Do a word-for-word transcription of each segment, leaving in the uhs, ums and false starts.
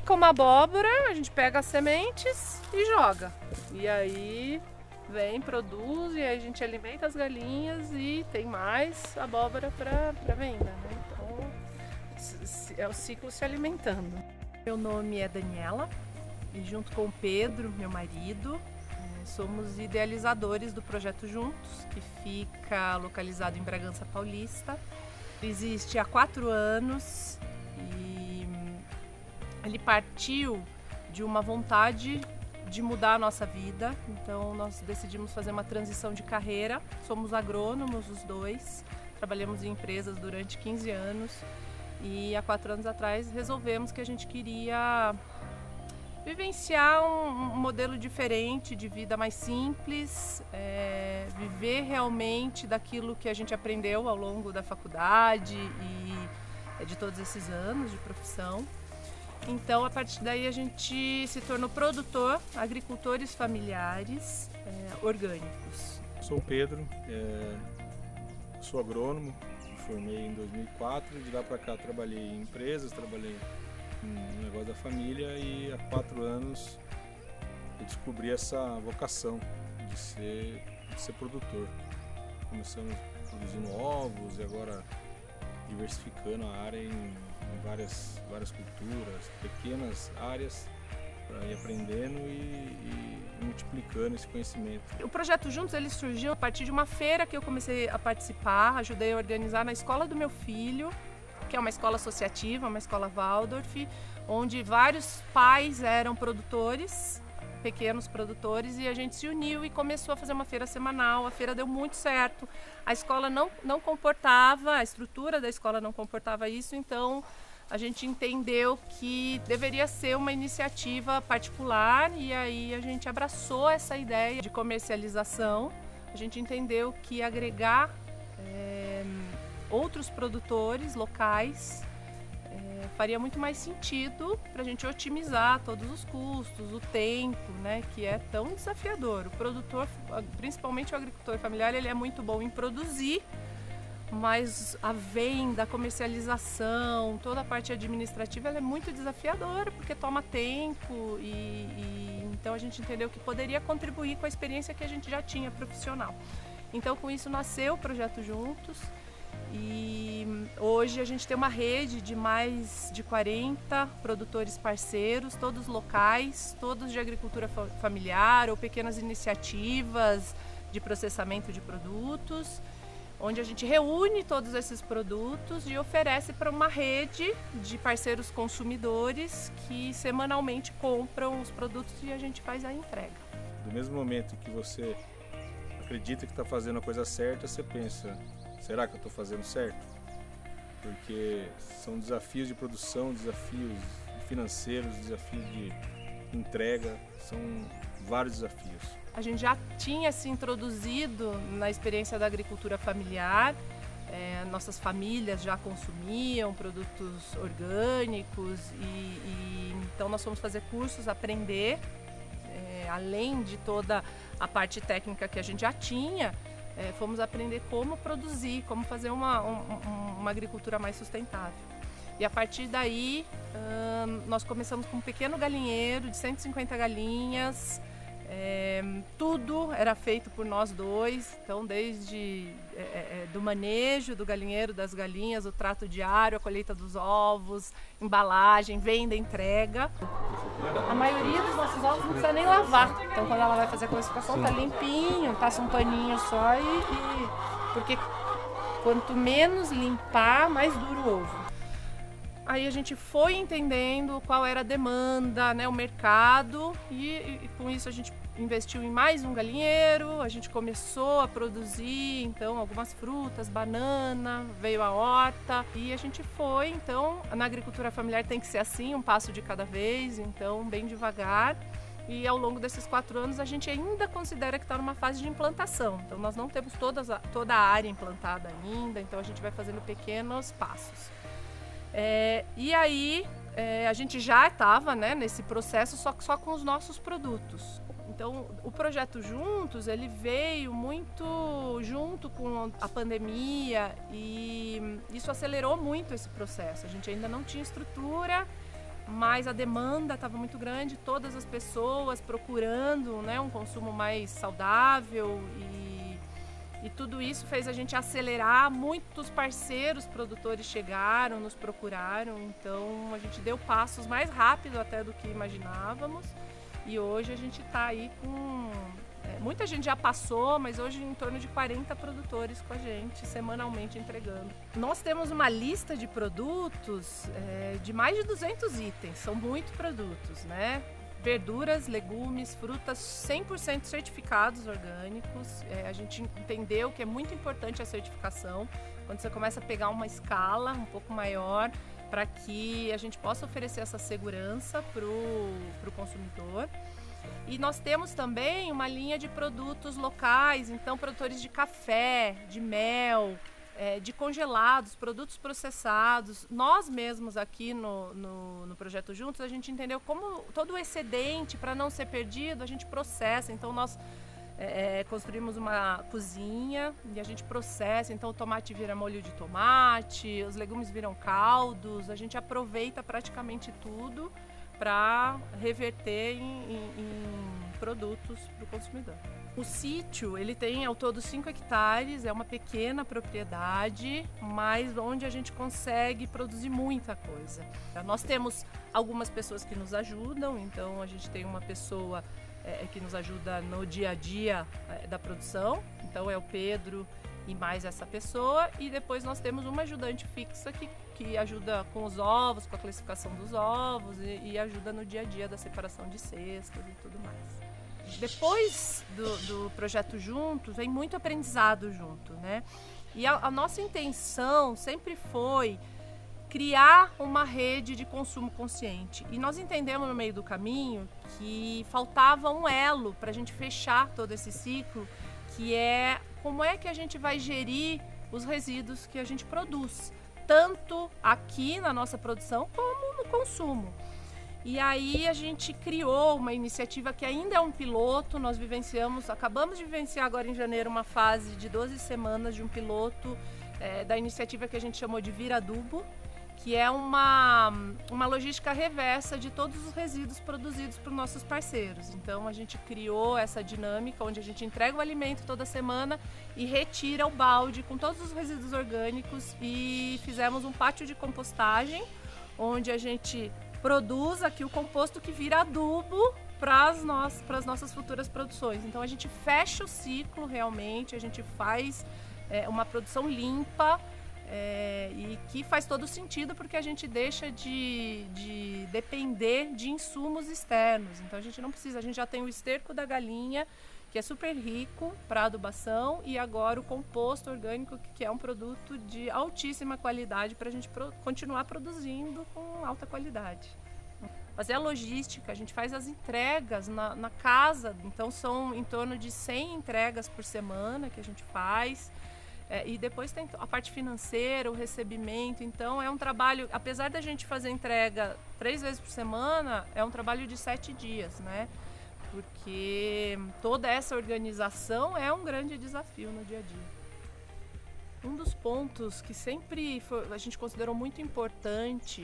fica uma abóbora, a gente pega as sementes e joga. E aí vem, produz, e aí a gente alimenta as galinhas e tem mais abóbora para venda, né? Então é o ciclo se alimentando. Meu nome é Daniela e junto com o Pedro, meu marido, somos idealizadores do Projeto Juntos, que fica localizado em Bragança Paulista. Existe há quatro anos e ele partiu de uma vontade de mudar a nossa vida. Então nós decidimos fazer uma transição de carreira. Somos agrônomos os dois, trabalhamos em empresas durante quinze anos e há quatro anos atrás resolvemos que a gente queria vivenciar um, um modelo diferente de vida, mais simples, é, viver realmente daquilo que a gente aprendeu ao longo da faculdade e é, de todos esses anos de profissão. Então, a partir daí a gente se tornou produtor, agricultores familiares é, orgânicos. Sou o Pedro, é, sou agrônomo, me formei em dois mil e quatro, de lá para cá trabalhei em empresas, trabalhei no negócio da família e há quatro anos eu descobri essa vocação de ser, de ser produtor. Começamos produzindo ovos e agora diversificando a área em, em várias, várias culturas, pequenas áreas, para ir aprendendo e, e multiplicando esse conhecimento. O Projeto Juntos ele surgiu a partir de uma feira que eu comecei a participar, ajudei a organizar na escola do meu filho, que é uma escola associativa, uma escola Waldorf, onde vários pais eram produtores, pequenos produtores, e a gente se uniu e começou a fazer uma feira semanal. A feira deu muito certo, a escola não, não comportava, a estrutura da escola não comportava isso, então a gente entendeu que deveria ser uma iniciativa particular e aí a gente abraçou essa ideia de comercialização. A gente entendeu que agregar é, outros produtores locais é, faria muito mais sentido para a gente otimizar todos os custos, o tempo, né, que é tão desafiador. O produtor, principalmente o agricultor familiar, ele é muito bom em produzir, mas a venda, a comercialização, toda a parte administrativa ela é muito desafiadora porque toma tempo e, e então a gente entendeu que poderia contribuir com a experiência que a gente já tinha profissional. Então com isso nasceu o Projeto Juntos. E hoje a gente tem uma rede de mais de quarenta produtores parceiros, todos locais, todos de agricultura familiar ou pequenas iniciativas de processamento de produtos, onde a gente reúne todos esses produtos e oferece para uma rede de parceiros consumidores que semanalmente compram os produtos e a gente faz a entrega. Do mesmo momento que você acredita que está fazendo a coisa certa, você pensa: será que eu estou fazendo certo? Porque são desafios de produção, desafios financeiros, desafios de entrega, são vários desafios. A gente já tinha se introduzido na experiência da agricultura familiar, é, nossas famílias já consumiam produtos orgânicos e, e então nós fomos fazer cursos, aprender, é, além de toda a parte técnica que a gente já tinha. É, fomos aprender como produzir, como fazer uma, um, uma agricultura mais sustentável. E a partir daí, hum, nós começamos com um pequeno galinheiro de cento e cinquenta galinhas, é, tudo era feito por nós dois, então desde é, é, do manejo do galinheiro, das galinhas, o trato diário, a colheita dos ovos, embalagem, venda, entrega. A maioria dos nossos ovos não precisa nem lavar, então quando ela vai fazer a classificação tá limpinho, passa um paninho só e, e... porque quanto menos limpar, mais duro o ovo. Aí a gente foi entendendo qual era a demanda, né, o mercado e, e com isso a gente investiu em mais um galinheiro, a gente começou a produzir então algumas frutas, banana, veio a horta e a gente foi, então na agricultura familiar tem que ser assim, um passo de cada vez, então bem devagar. E ao longo desses quatro anos a gente ainda considera que está numa fase de implantação, então nós não temos todas, toda a área implantada ainda, então a gente vai fazendo pequenos passos. É, e aí é, a gente já estava, né, nesse processo só, só com os nossos produtos. Então o Projeto Juntos ele veio muito junto com a pandemia e isso acelerou muito esse processo. A gente ainda não tinha estrutura mas a demanda estava muito grande, todas as pessoas procurando, né, um consumo mais saudável e, e tudo isso fez a gente acelerar. Muitos parceiros produtores chegaram, nos procuraram, então a gente deu passos mais rápido até do que imaginávamos e hoje a gente está aí com... É, muita gente já passou, mas hoje em torno de quarenta produtores com a gente, semanalmente entregando. Nós temos uma lista de produtos é, de mais de duzentos itens, são muitos produtos, né? Verduras, legumes, frutas cem por cento certificados orgânicos. É, a gente entendeu que é muito importante a certificação, quando você começa a pegar uma escala um pouco maior, para que a gente possa oferecer essa segurança para o consumidor. E nós temos também uma linha de produtos locais, então produtores de café, de mel, é, de congelados, produtos processados. Nós mesmos aqui no, no, no Projeto Juntos, a gente entendeu como todo o excedente, para não ser perdido, a gente processa. Então nós é, construímos uma cozinha e a gente processa, então o tomate vira molho de tomate, os legumes viram caldos, a gente aproveita praticamente tudo para reverter em, em, em produtos para o consumidor. O sítio, ele tem ao todo cinco hectares, é uma pequena propriedade, mas onde a gente consegue produzir muita coisa. Nós temos algumas pessoas que nos ajudam, então a gente tem uma pessoa é, que nos ajuda no dia a dia é, da produção, então é o Pedro e mais essa pessoa, e depois nós temos uma ajudante fixa que, que ajuda com os ovos, com a classificação dos ovos e, e ajuda no dia a dia da separação de cestas e tudo mais. Depois do, do Projeto Juntos, vem muito aprendizado junto, né? E a, a nossa intenção sempre foi criar uma rede de consumo consciente. E nós entendemos no meio do caminho que faltava um elo para a gente fechar todo esse ciclo, que é como é que a gente vai gerir os resíduos que a gente produz, tanto aqui na nossa produção como no consumo. E aí a gente criou uma iniciativa que ainda é um piloto, nós vivenciamos, acabamos de vivenciar agora em janeiro uma fase de doze semanas de um piloto é, da iniciativa que a gente chamou de Vira Adubo, que é uma, uma logística reversa de todos os resíduos produzidos por nossos parceiros. Então a gente criou essa dinâmica onde a gente entrega o alimento toda semana e retira o balde com todos os resíduos orgânicos e fizemos um pátio de compostagem onde a gente produz aqui o composto que vira adubo para as nossas, para as nossas futuras produções. Então a gente fecha o ciclo realmente, a gente faz é, uma produção limpa, É, e que faz todo sentido porque a gente deixa de, de depender de insumos externos. Então a gente não precisa, a gente já tem o esterco da galinha, que é super rico para adubação, e agora o composto orgânico, que é um produto de altíssima qualidade para a gente pro, continuar produzindo com alta qualidade. Fazer a logística, a gente faz as entregas na, na casa, então são em torno de cem entregas por semana que a gente faz. É, e depois tem a parte financeira, o recebimento. Então é um trabalho, apesar da gente fazer entrega três vezes por semana, é um trabalho de sete dias, né? Porque toda essa organização é um grande desafio no dia a dia. Um dos pontos que sempre foi, a gente considerou muito importante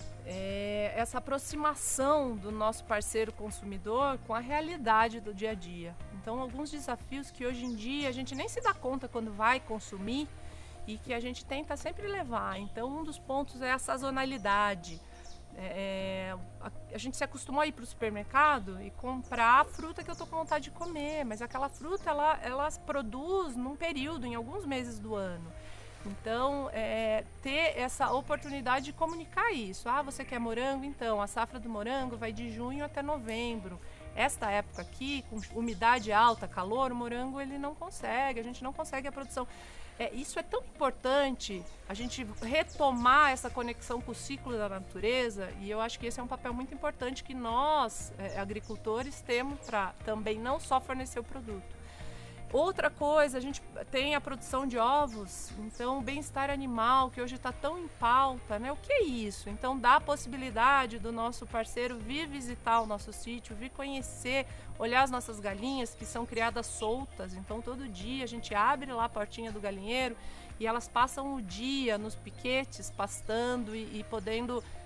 é essa aproximação do nosso parceiro consumidor com a realidade do dia a dia. Então, alguns desafios que hoje em dia a gente nem se dá conta quando vai consumir e que a gente tenta sempre levar. Então, um dos pontos é a sazonalidade. É, a, a gente se acostumou a ir para o supermercado e comprar a fruta que eu estou com vontade de comer, mas aquela fruta ela, ela produz num período, em alguns meses do ano. Então, é, ter essa oportunidade de comunicar isso. Ah, você quer morango? Então, a safra do morango vai de junho até novembro. Esta época aqui, com umidade alta, calor, o morango ele não consegue, a gente não consegue a produção. É, isso é tão importante, a gente retomar essa conexão com o ciclo da natureza, e eu acho que esse é um papel muito importante que nós, é, agricultores, temos para também não só fornecer o produto. Outra coisa, a gente tem a produção de ovos, então o bem-estar animal, que hoje está tão em pauta, né? O que é isso? Então dá a possibilidade do nosso parceiro vir visitar o nosso sítio, vir conhecer, olhar as nossas galinhas que são criadas soltas. Então todo dia a gente abre lá a portinha do galinheiro e elas passam o dia nos piquetes, pastando e, e podendo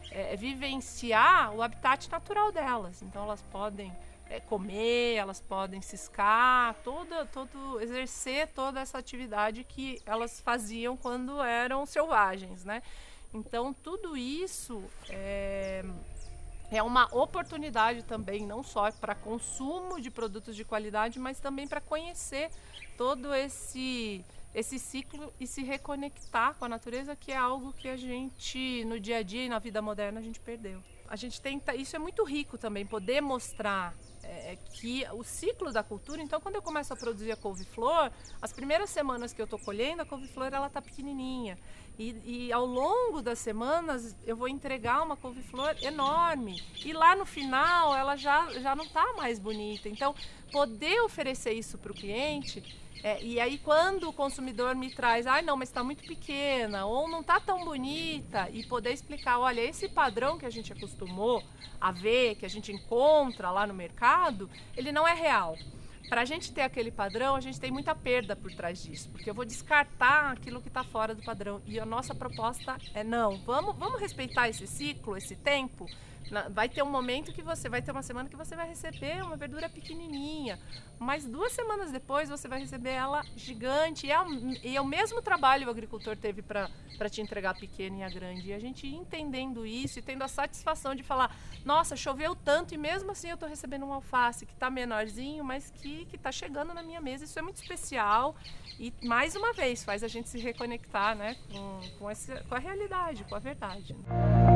é, vivenciar o habitat natural delas. Então elas podem é, comer, elas podem ciscar, toda, todo, exercer toda essa atividade que elas faziam quando eram selvagens, né? Então tudo isso é, é uma oportunidade também, não só para consumo de produtos de qualidade, mas também para conhecer todo esse, esse ciclo e se reconectar com a natureza, que é algo que a gente, no dia a dia e na vida moderna, a gente perdeu. A gente tenta, isso é muito rico também, poder mostrar é, que o ciclo da cultura. Então, quando eu começo a produzir a couve-flor, as primeiras semanas que eu estou colhendo, a couve-flor ela está pequenininha. E, e ao longo das semanas eu vou entregar uma couve-flor enorme. E lá no final ela já, já não está mais bonita. Então, poder oferecer isso para o cliente... É, e aí quando o consumidor me traz, ah, não, mas está muito pequena ou não está tão bonita, e poder explicar, olha, esse padrão que a gente acostumou a ver, que a gente encontra lá no mercado, ele não é real. Para a gente ter aquele padrão, a gente tem muita perda por trás disso, porque eu vou descartar aquilo que está fora do padrão. E a nossa proposta é não, vamos, vamos respeitar esse ciclo, esse tempo. Vai ter um momento que você vai ter uma semana que você vai receber uma verdura pequenininha, mas duas semanas depois você vai receber ela gigante. E é, e é o mesmo trabalho que o agricultor teve para te entregar a pequena e a grande. E a gente entendendo isso e tendo a satisfação de falar, nossa, choveu tanto e mesmo assim eu estou recebendo um alface que está menorzinho, mas que está chegando na minha mesa. Isso é muito especial e, mais uma vez, faz a gente se reconectar, né, com, com, esse, com a realidade, com a verdade.